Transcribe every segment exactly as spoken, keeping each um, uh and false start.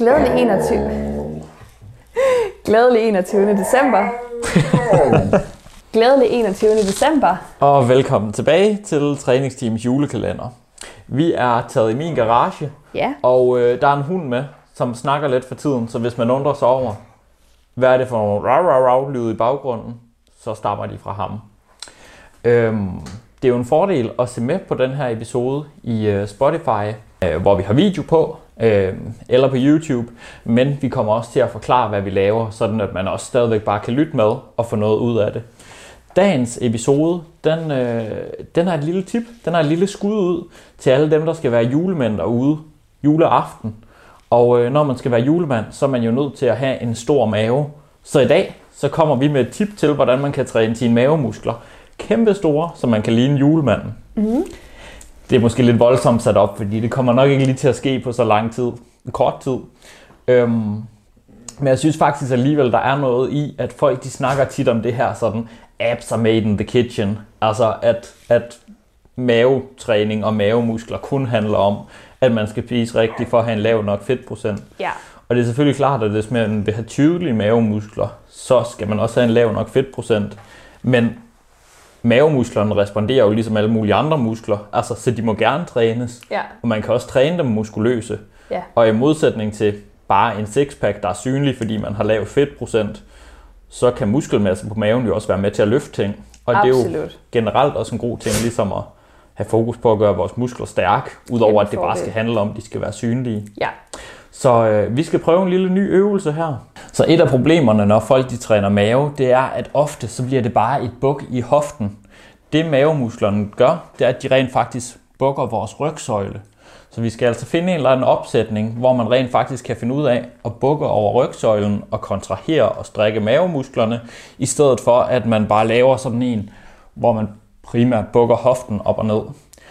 Glædelig enogtyvende Glædelig enogtyvende december. Glædelig enogtyvende december. Og velkommen tilbage til Træningsteams julekalender. Vi er taget i min garage, Ja. og øh, der er en hund med, som snakker lidt for tiden. Så hvis man undrer sig over, hvad er det for nogle rav, rav, rav lyd i baggrunden, så stammer de fra ham. Øhm, det er jo en fordel at se med på den her episode i øh, Spotify, øh, hvor vi har video på, øh, eller på YouTube. Men vi kommer også til at forklare, hvad vi laver, sådan at man også stadigvæk bare kan lytte med og få noget ud af det. Dagens episode, den, øh, den har et lille tip, den har et lille skud ud til alle dem, der skal være julemænd derude juleaften. Og øh, når man skal være julemand, så er man jo nødt til at have en stor mave. Så i dag, så kommer vi med et tip til, hvordan man kan træne sine mavemuskler kæmpe store, så man kan ligne julemanden. Mm. Det er måske lidt voldsomt sat op, fordi det kommer nok ikke lige til at ske på så lang tid, kort tid. Øhm, men jeg synes faktisk alligevel, der er noget i, at folk de snakker tit om det her sådan, abs are made in the kitchen. Altså at, at mavetræning og mavemuskler kun handler om, at man skal spise rigtigt for at have en lav nok fedtprocent. Ja. Og det er selvfølgelig klart, at hvis man vil have tydelige mavemuskler, så skal man også have en lav nok fedtprocent. Men mavemusklerne responderer jo ligesom alle mulige andre muskler, altså så de må gerne trænes. Ja. Og man kan også træne dem muskuløse. Ja. Og i modsætning til bare en sixpack, der er synlig, fordi man har lav fedtprocent, så kan muskelmasse på maven jo også være med til at løfte ting. Og Absolut. det er jo generelt også en god ting, ligesom at have fokus på at gøre vores muskler stærke, udover at det bare skal handle om, at de skal være synlige. Ja. Så øh, vi skal prøve en lille ny øvelse her. Så et af problemerne, når folk de træner mave, det er, at ofte så bliver det bare et buk i hoften. Det mavemusklerne gør, det er, at de rent faktisk bukker vores rygsøjle. Så vi skal altså finde en eller anden opsætning, hvor man rent faktisk kan finde ud af at bukke over rygsøjlen og kontrahere og strække mavemusklerne, i stedet for at man bare laver sådan en, hvor man primært bukker hoften op og ned.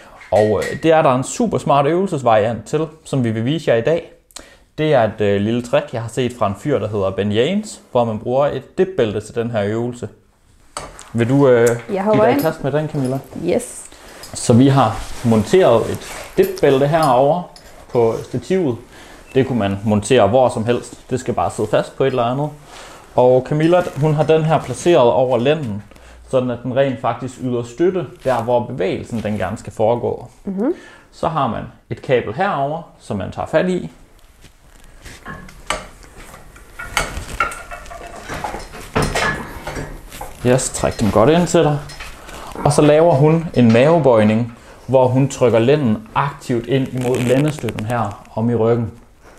Og øh, det er der en super smart øvelsesvariant til, som vi vil vise jer i dag. Det er et øh, lille trick, jeg har set fra en fyr, der hedder Ben James, hvor man bruger et dipbælte til den her øvelse. Vil du øh, give dig et kast med den, Camilla? Yes. Så vi har monteret et dipbælte herovre på stativet. Det kunne man montere hvor som helst. Det skal bare sidde fast på et eller andet. Og Camilla, hun har den her placeret over lænden, sådan at den rent faktisk yder støtte der, hvor bevægelsen den gerne skal foregå. Mm-hmm. Så har man et kabel herover, som man tager fat i. Yes, træk dem godt ind til dig. Og så laver hun en mavebøjning, hvor hun trykker lænden aktivt ind imod lændestøtten her om i ryggen.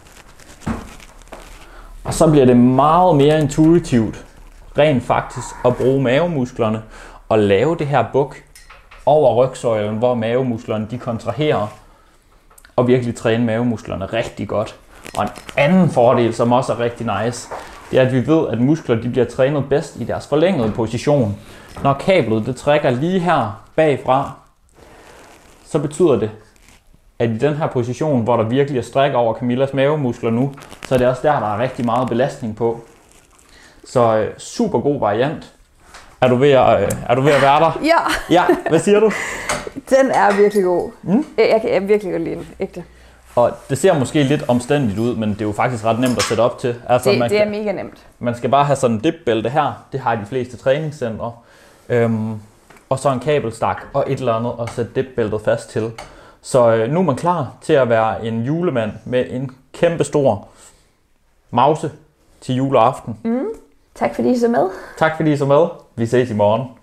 Og så bliver det meget mere intuitivt, rent faktisk, at bruge mavemusklerne og lave det her buk over rygsøjlen, hvor mavemusklerne de kontraherer, og virkelig træne mavemusklerne rigtig godt. Og en anden fordel, som også er rigtig nice, det er, at vi ved, at muskler de bliver trænet bedst i deres forlængede position. Når kablet det trækker lige her bagfra, så betyder det, at i den her position, hvor der virkelig er stræk over Camillas mavemuskler nu, så er det også der, der er rigtig meget belastning på. Så øh, super god variant. Er du ved at, øh, er du ved at være der? Ja. Ja, hvad siger du? Den er virkelig god. Mm? Jeg kan jeg virkelig godt lide den, ægte. Og det ser måske lidt omstændigt ud, men det er jo faktisk ret nemt at sætte op til. Altså, det, man det er kan, mega nemt. Man skal bare have sådan en dipbælte her. Det har de fleste træningscentre. Øhm, og så en kabelstak og et eller andet at sætte dipbæltet fast til. Så øh, nu er man klar til at være en julemand med en kæmpe stor mause til juleaften. Mm. Tak fordi I så med. Tak fordi I så med. Vi ses i morgen.